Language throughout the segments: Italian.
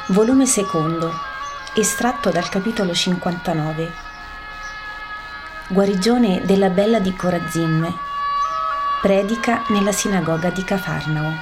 Volume secondo, estratto dal capitolo 59. Guarigione della bella di Corazim. Predica nella sinagoga di Cafarnao.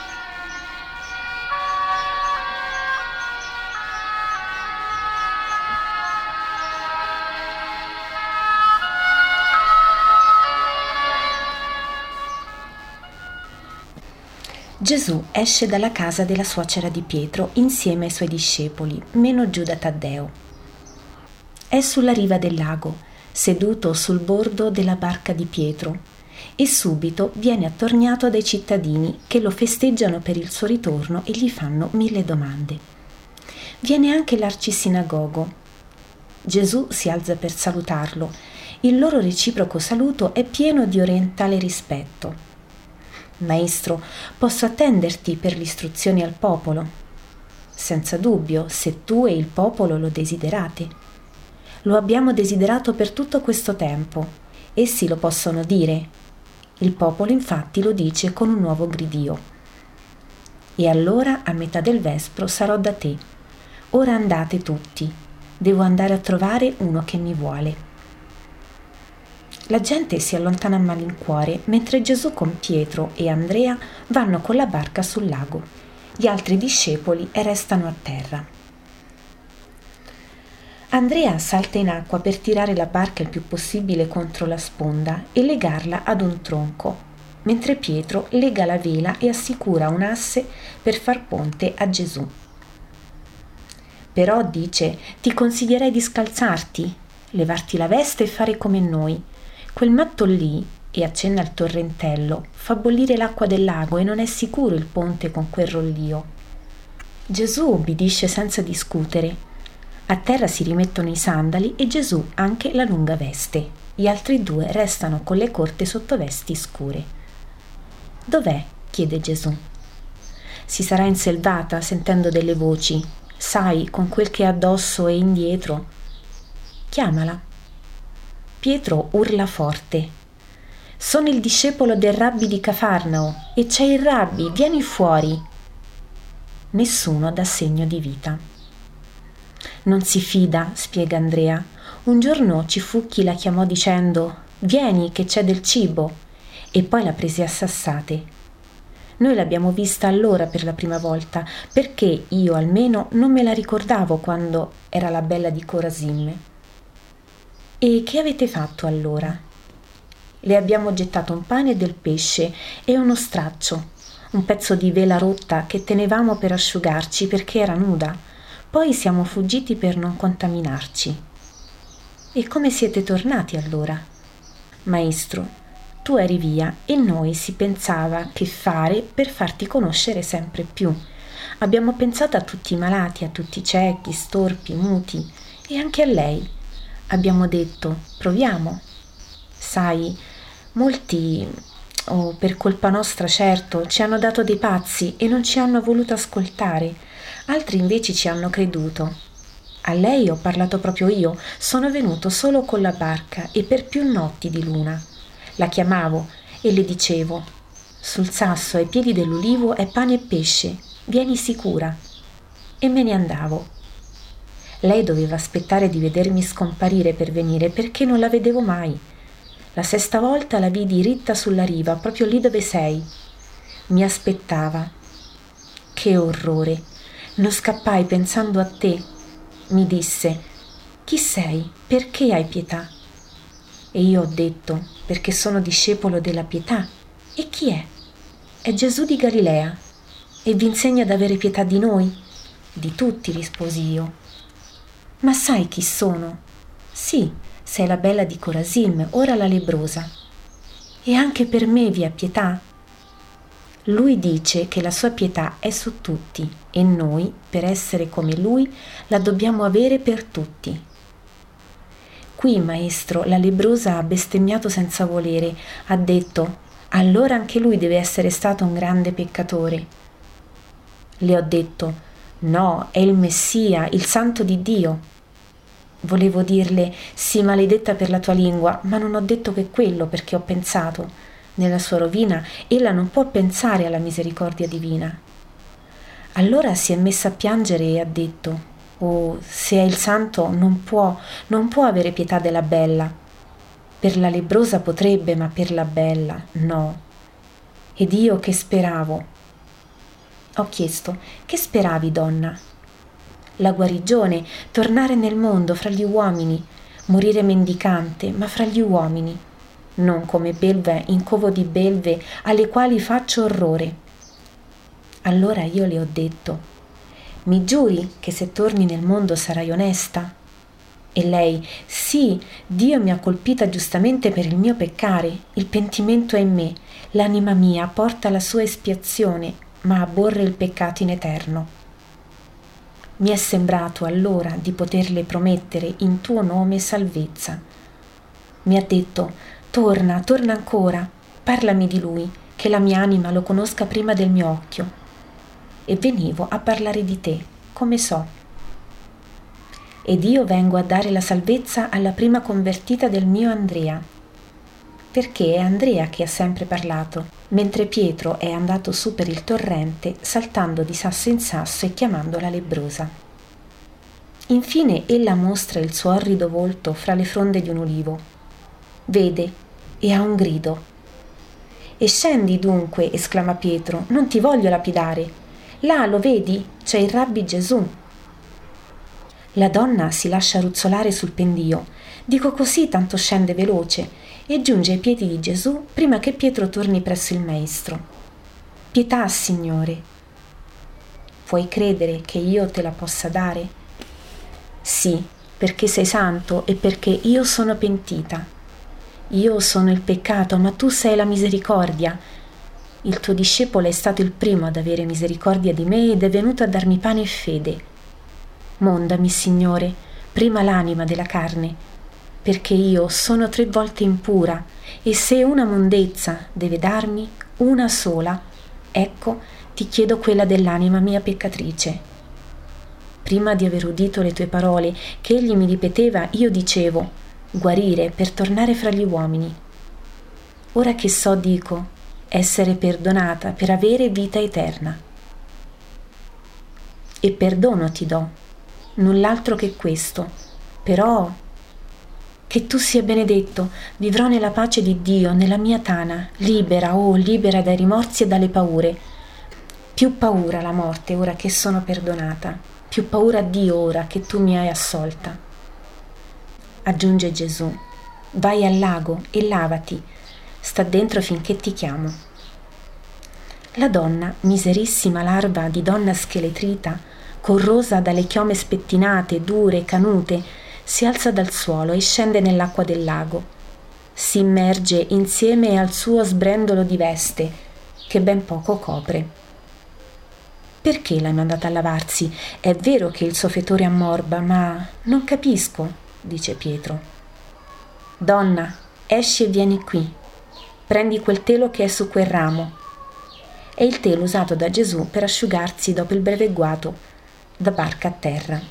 Gesù esce dalla casa della suocera di Pietro insieme ai suoi discepoli, meno Giuda Taddeo. È sulla riva del lago, seduto sul bordo della barca di Pietro, e subito viene attorniato dai cittadini che lo festeggiano per il suo ritorno e gli fanno 1000 domande. Viene anche l'arcisinagogo. Gesù si alza per salutarlo. Il loro reciproco saluto è pieno di orientale rispetto. Maestro, posso attenderti per le istruzioni al popolo? Senza dubbio, se tu e il popolo lo desiderate. Lo abbiamo desiderato per tutto questo tempo. Essi lo possono dire. Il popolo infatti lo dice con un nuovo gridio. E allora a metà del vespro sarò da te. Ora andate tutti. Devo andare a trovare uno che mi vuole. La gente si allontana a malincuore mentre Gesù con Pietro e Andrea vanno con la barca sul lago. Gli altri discepoli restano a terra. Andrea salta in acqua per tirare la barca il più possibile contro la sponda e legarla ad un tronco, mentre Pietro lega la vela e assicura un asse per far ponte a Gesù. Però dice: ti consiglierei di scalzarti, levarti la veste e fare come noi. Quel matto lì, e accenna al torrentello, fa bollire l'acqua del lago e non è sicuro il ponte con quel rollio. Gesù obbedisce senza discutere. A terra si rimettono i sandali e Gesù anche la lunga veste. Gli altri due restano con le corte sottovesti scure. Dov'è? Chiede Gesù. Si sarà inselvata sentendo delle voci, sai, con quel che è addosso e indietro. Chiamala. Pietro urla forte: sono il discepolo del rabbi di Cafarnao e c'è il rabbi, vieni fuori. Nessuno dà segno di vita. Non si fida, spiega Andrea. Un giorno ci fu chi la chiamò dicendo: vieni che c'è del cibo, e poi la prese a sassate. Noi l'abbiamo vista allora per la prima volta, perché io almeno non me la ricordavo quando era la bella di Corazim. E che avete fatto allora? Le abbiamo gettato un pane e del pesce e uno straccio, un pezzo di vela rotta che tenevamo per asciugarci perché era nuda. Poi siamo fuggiti per non contaminarci. E come siete tornati allora? Maestro, tu eri via e noi si pensava che fare per farti conoscere sempre più. Abbiamo pensato a tutti i malati, a tutti i ciechi, storpi, muti e anche a lei. Abbiamo detto: proviamo. Sai, molti, per colpa nostra certo, ci hanno dato dei pazzi e non ci hanno voluto ascoltare. Altri invece ci hanno creduto. A lei ho parlato proprio io. Sono venuto solo con la barca e per più notti di luna. La chiamavo e le dicevo: sul sasso ai piedi dell'ulivo è pane e pesce, vieni sicura. E me ne andavo. Lei doveva aspettare di vedermi scomparire per venire perché non la vedevo mai. La 6ª volta la vidi ritta sulla riva, proprio lì dove sei. Mi aspettava. Che orrore! Non scappai pensando a te. Mi disse: chi sei? Perché hai pietà? E io ho detto: perché sono discepolo della pietà. E chi è? È Gesù di Galilea. E vi insegna ad avere pietà di noi? Di tutti, risposi io. Ma sai chi sono? Sì, sei la bella di Corazim, ora la lebbrosa. E anche per me vi è pietà? Lui dice che la sua pietà è su tutti e noi, per essere come lui, la dobbiamo avere per tutti. Qui, maestro, la lebbrosa ha bestemmiato senza volere, ha detto: allora anche lui deve essere stato un grande peccatore. Le ho detto: no, è il Messia, il Santo di Dio. Volevo dirle: sii maledetta per la tua lingua, ma non ho detto che quello, perché ho pensato: nella sua rovina ella non può pensare alla misericordia divina. Allora si è messa a piangere e ha detto: «Oh, se è il santo non può avere pietà della bella. Per la lebbrosa potrebbe, ma per la bella no. Ed io che speravo». Ho chiesto: «Che speravi, donna?» «La guarigione, tornare nel mondo fra gli uomini, morire mendicante, ma fra gli uomini, non come belva in covo di belve alle quali faccio orrore». Allora io le ho detto: «Mi giuri che se torni nel mondo sarai onesta?» E lei: «Sì, Dio mi ha colpita giustamente per il mio peccare, il pentimento è in me, l'anima mia porta la sua espiazione, ma aborre il peccato in eterno». Mi è sembrato allora di poterle promettere in tuo nome salvezza. Mi ha detto: «Torna ancora, parlami di lui, che la mia anima lo conosca prima del mio occhio». E venivo a parlare di te, come so. Ed io vengo a dare la salvezza alla prima convertita del mio Andrea, perché è Andrea che ha sempre parlato, mentre Pietro è andato su per il torrente, saltando di sasso in sasso e chiamando la lebbrosa. Infine ella mostra il suo orrido volto fra le fronde di un ulivo. Vede e ha un grido. «E scendi dunque», esclama Pietro, «non ti voglio lapidare. Là, lo vedi? C'è il Rabbi Gesù». La donna si lascia ruzzolare sul pendio, dico così tanto scende veloce, e giunge ai piedi di Gesù prima che Pietro torni presso il maestro. «Pietà, Signore». «Puoi credere che io te la possa dare?» «Sì, perché sei santo e perché io sono pentita. Io sono il peccato, ma tu sei la misericordia. Il tuo discepolo è stato il primo ad avere misericordia di me ed è venuto a darmi pane e fede. Mondami, Signore, prima l'anima della carne, perché io sono 3 volte impura, e se una mondezza deve darmi, una sola, ecco, ti chiedo quella dell'anima mia peccatrice». Prima di aver udito le tue parole che egli mi ripeteva, io dicevo: «Guarire per tornare fra gli uomini». Ora che so, dico: essere perdonata per avere vita eterna. E perdono ti do, null'altro che questo, però che tu sia benedetto, vivrò nella pace di Dio, nella mia tana, libera, oh libera dai rimorsi e dalle paure. Più paura la morte ora che sono perdonata, più paura a Dio ora che tu mi hai assolta. Aggiunge Gesù: «Vai al lago e lavati, sta dentro finché ti chiamo». La donna, miserissima larva di donna scheletrita, corrosa dalle chiome spettinate, dure, canute, si alza dal suolo e scende nell'acqua del lago. Si immerge insieme al suo sbrendolo di veste, che ben poco copre. «Perché l'hai mandata a lavarsi? È vero che il suo fetore ammorba, ma non capisco», dice Pietro. «Donna, esci e vieni qui. Prendi quel telo che è su quel ramo». È il telo usato da Gesù per asciugarsi dopo il breve guato da barca a terra.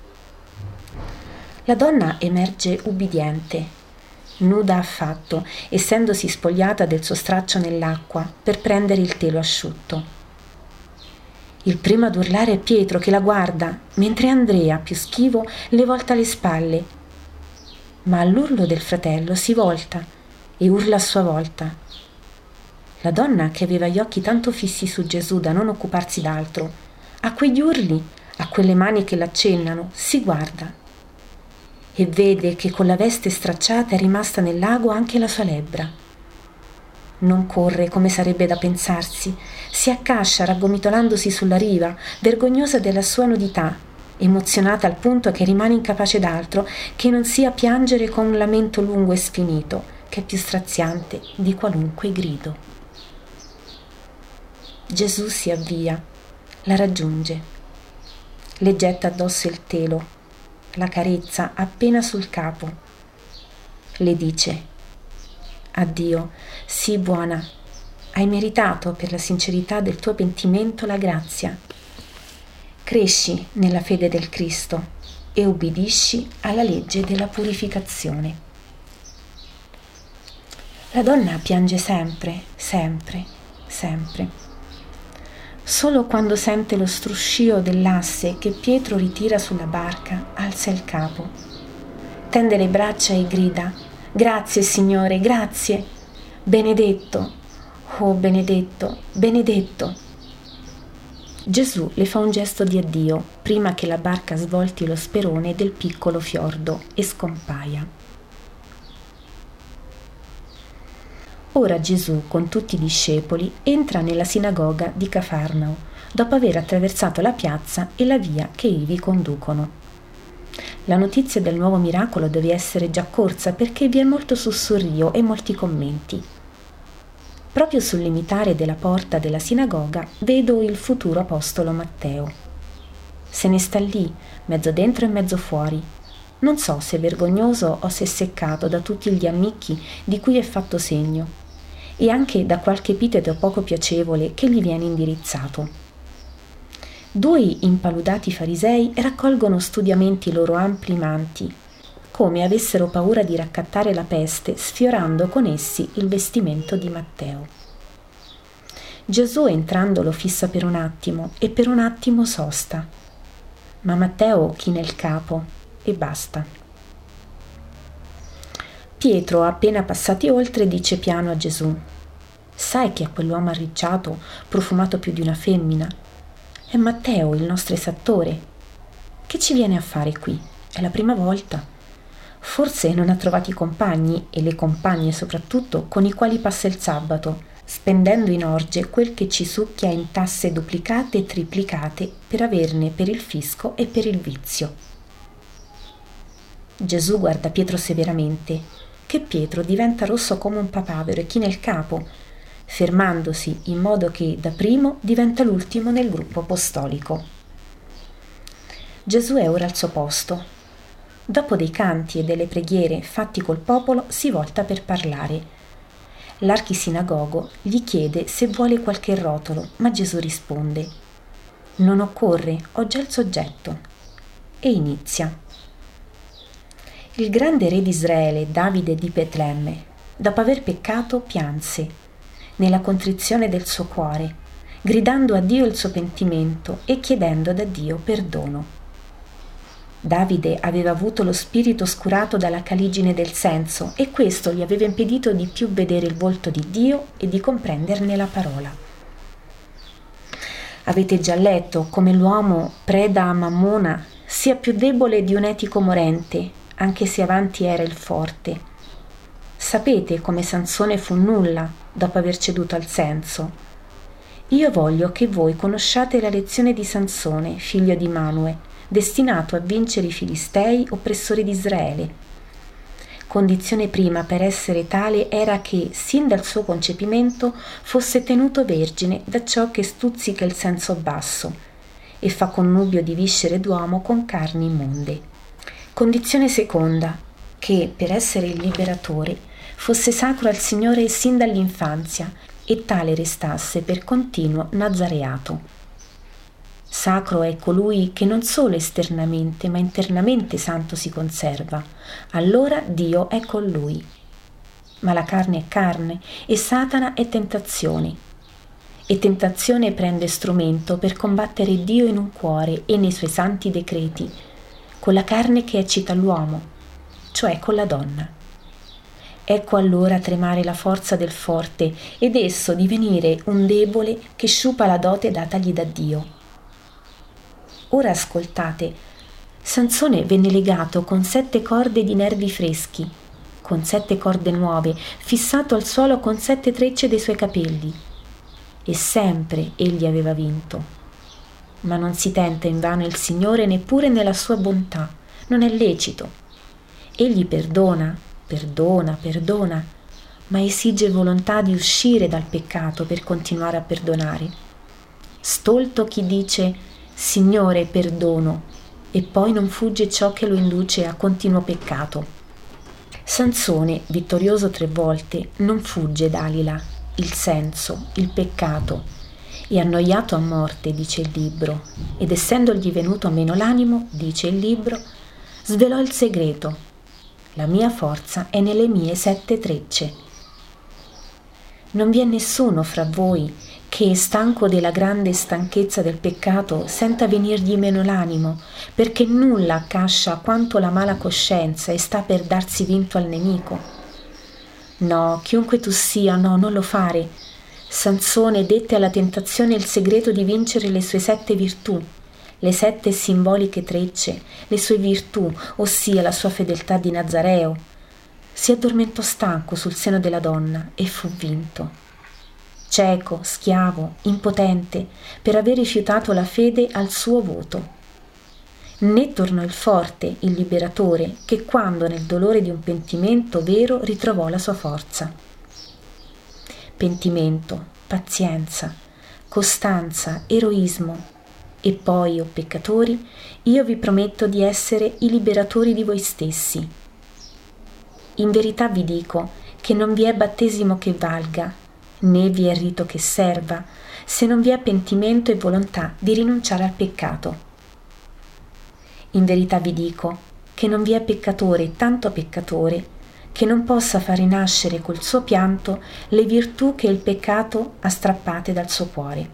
La donna emerge ubbidiente, nuda affatto, essendosi spogliata del suo straccio nell'acqua per prendere il telo asciutto. Il primo ad urlare è Pietro, che la guarda, mentre Andrea, più schivo, le volta le spalle. Ma all'urlo del fratello si volta e urla a sua volta. La donna, che aveva gli occhi tanto fissi su Gesù da non occuparsi d'altro, a quegli urli, a quelle mani che l'accennano, si guarda e vede che con la veste stracciata è rimasta nel lago anche la sua lebbra. Non corre come sarebbe da pensarsi, si accascia raggomitolandosi sulla riva, vergognosa della sua nudità, emozionata al punto che rimane incapace d'altro che non sia piangere con un lamento lungo e sfinito, che è più straziante di qualunque grido. Gesù si avvia, la raggiunge, le getta addosso il telo, la carezza appena sul capo, le dice: «Addio, sii buona, hai meritato per la sincerità del tuo pentimento la grazia. Cresci nella fede del Cristo e ubbidisci alla legge della purificazione». La donna piange sempre, sempre, sempre. Solo quando sente lo struscio dell'asse che Pietro ritira sulla barca, alza il capo, tende le braccia e grida: «Grazie, Signore, grazie! Benedetto! Oh, benedetto, benedetto!» Gesù le fa un gesto di addio prima che la barca svolti lo sperone del piccolo fiordo e scompaia. Ora Gesù, con tutti i discepoli, entra nella sinagoga di Cafarnao, dopo aver attraversato la piazza e la via che ivi conducono. La notizia del nuovo miracolo deve essere già corsa perché vi è molto sussurrio e molti commenti. Proprio sul limitare della porta della sinagoga vedo il futuro apostolo Matteo. Se ne sta lì, mezzo dentro e mezzo fuori. Non so se vergognoso o se seccato da tutti gli ammicchi di cui è fatto segno, e anche da qualche epiteto poco piacevole che gli viene indirizzato. Due impaludati farisei raccolgono studiamente i loro ampli manti, come avessero paura di raccattare la peste, sfiorando con essi il vestimento di Matteo. Gesù, entrando, lo fissa per un attimo e per un attimo sosta, ma Matteo china il capo e basta. Pietro, appena passati oltre, dice piano a Gesù: «Sai che è quell'uomo arricciato, profumato più di una femmina? È Matteo, il nostro esattore. Che ci viene a fare qui? È la prima volta. Forse non ha trovato i compagni, e le compagne soprattutto, con i quali passa il sabato, spendendo in orge quel che ci succhia in tasse duplicate e triplicate per averne per il fisco e per il vizio». Gesù guarda Pietro severamente, che Pietro diventa rosso come un papavero e china il capo, fermandosi in modo che da primo diventa l'ultimo nel gruppo apostolico. Gesù è ora al suo posto. Dopo dei canti e delle preghiere fatti col popolo, si volta per parlare. L'archisinagogo gli chiede se vuole qualche rotolo, ma Gesù risponde: «Non occorre, ho già il soggetto». E inizia. Il grande re di Israele, Davide di Betlemme, dopo aver peccato, pianse nella contrizione del suo cuore, gridando a Dio il suo pentimento e chiedendo da Dio perdono. Davide aveva avuto lo spirito oscurato dalla caligine del senso e questo gli aveva impedito di più vedere il volto di Dio e di comprenderne la parola. Avete già letto come l'uomo, preda a Mammona, sia più debole di un etico morente, anche se avanti era il forte. Sapete come Sansone fu nulla dopo aver ceduto al senso. Io voglio che voi conosciate la lezione di Sansone, figlio di Manue, destinato a vincere i Filistei, oppressori di Israele. Condizione prima per essere tale era che, sin dal suo concepimento, fosse tenuto vergine da ciò che stuzzica il senso basso e fa connubio di viscere d'uomo con carni immonde. Condizione seconda, che per essere il liberatore fosse sacro al Signore sin dall'infanzia e tale restasse per continuo nazareato. Sacro è colui che non solo esternamente ma internamente santo si conserva, allora Dio è con lui. Ma la carne è carne e Satana è tentazione. E tentazione prende strumento per combattere Dio in un cuore e nei suoi santi decreti, con la carne che eccita l'uomo, cioè con la donna. Ecco allora tremare la forza del forte ed esso divenire un debole che sciupa la dote datagli da Dio. Ora ascoltate, Sansone venne legato con 7 corde di nervi freschi, con 7 corde nuove, fissato al suolo con 7 trecce dei suoi capelli, e sempre egli aveva vinto. Ma non si tenta invano il Signore neppure nella sua bontà, non è lecito. Egli perdona, ma esige volontà di uscire dal peccato per continuare a perdonare. Stolto chi dice: Signore, perdono, e poi non fugge ciò che lo induce a continuo peccato. Sansone, vittorioso 3 volte, non fugge Dalila, il senso, il peccato, e annoiato a morte, dice il libro, ed essendogli venuto meno l'animo, dice il libro, svelò il segreto: la mia forza è nelle mie 7 trecce. Non vi è nessuno fra voi che, stanco della grande stanchezza del peccato, senta venirgli meno l'animo, perché nulla accascia quanto la mala coscienza e sta per darsi vinto al nemico. No, chiunque tu sia, no, non lo fare. Sansone dette alla tentazione il segreto di vincere le sue 7 virtù, le 7 simboliche trecce, le sue virtù, ossia la sua fedeltà di Nazareo. Si addormentò stanco sul seno della donna e fu vinto. Cieco, schiavo, impotente, per aver rifiutato la fede al suo voto. Né tornò il forte, il liberatore, che quando nel dolore di un pentimento vero ritrovò la sua forza. Pentimento, pazienza, costanza, eroismo. E poi, o peccatori, io vi prometto di essere i liberatori di voi stessi. In verità vi dico che non vi è battesimo che valga, né vi è rito che serva, se non vi è pentimento e volontà di rinunciare al peccato. In verità vi dico che non vi è peccatore, tanto peccatore, che non possa far rinascere col suo pianto le virtù che il peccato ha strappate dal suo cuore.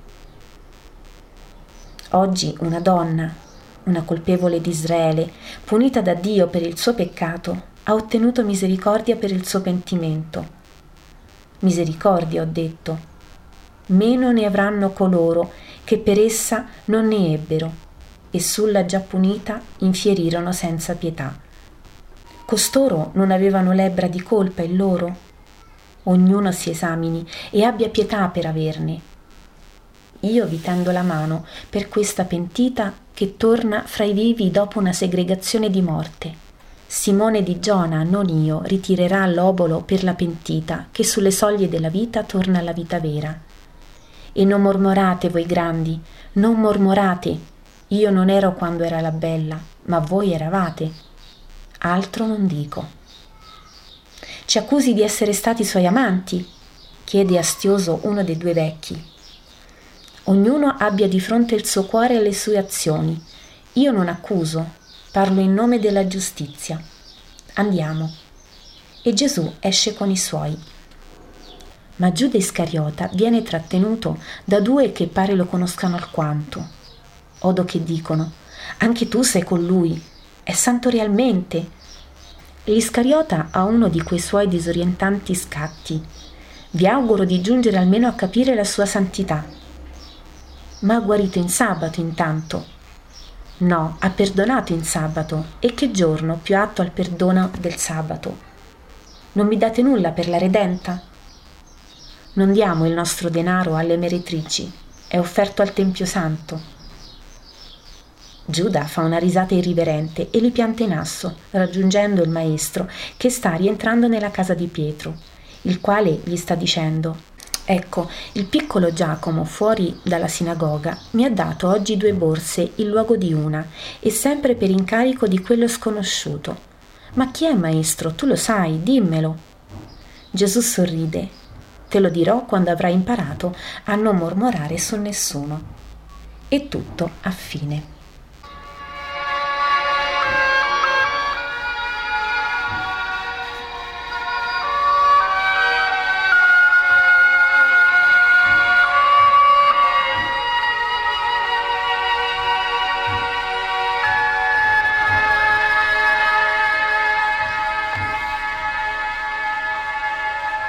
Oggi una donna, una colpevole di Israele, punita da Dio per il suo peccato, ha ottenuto misericordia per il suo pentimento. Misericordia, ho detto. Meno ne avranno coloro che per essa non ne ebbero, e sulla già punita infierirono senza pietà. Costoro non avevano lebbra di colpa in loro? Ognuno si esamini e abbia pietà per averne. Io vi tendo la mano per questa pentita che torna fra i vivi dopo una segregazione di morte. Simone di Giona, non io, ritirerà l'obolo per la pentita che sulle soglie della vita torna alla vita vera. E non mormorate voi grandi, non mormorate. Io non ero quando era la bella, ma voi eravate. Altro non dico. Ci accusi di essere stati suoi amanti? Chiede astioso uno dei 2 vecchi. Ognuno abbia di fronte il suo cuore e le sue azioni. Io non accuso, parlo in nome della giustizia. Andiamo. E Gesù esce con i suoi. Ma Giuda Iscariota viene trattenuto da 2 che pare lo conoscano alquanto. Odo che dicono: anche tu sei con lui, è santo realmente. L'Iscariota ha uno di quei suoi disorientanti scatti. Vi auguro di giungere almeno a capire la sua santità. Ma ha guarito in sabato intanto. No, ha perdonato in sabato. E che giorno più atto al perdono del sabato? Non mi date nulla per la redenta? Non diamo il nostro denaro alle meretrici, è offerto al Tempio Santo. Giuda fa una risata irriverente e li pianta in asso, raggiungendo il maestro che sta rientrando nella casa di Pietro, il quale gli sta dicendo: ecco, il piccolo Giacomo fuori dalla sinagoga mi ha dato oggi 2 borse in luogo di una, e sempre per incarico di quello sconosciuto. Ma chi è, maestro? Tu lo sai, dimmelo. Gesù sorride. Te lo dirò quando avrai imparato a non mormorare su nessuno. E tutto a fine.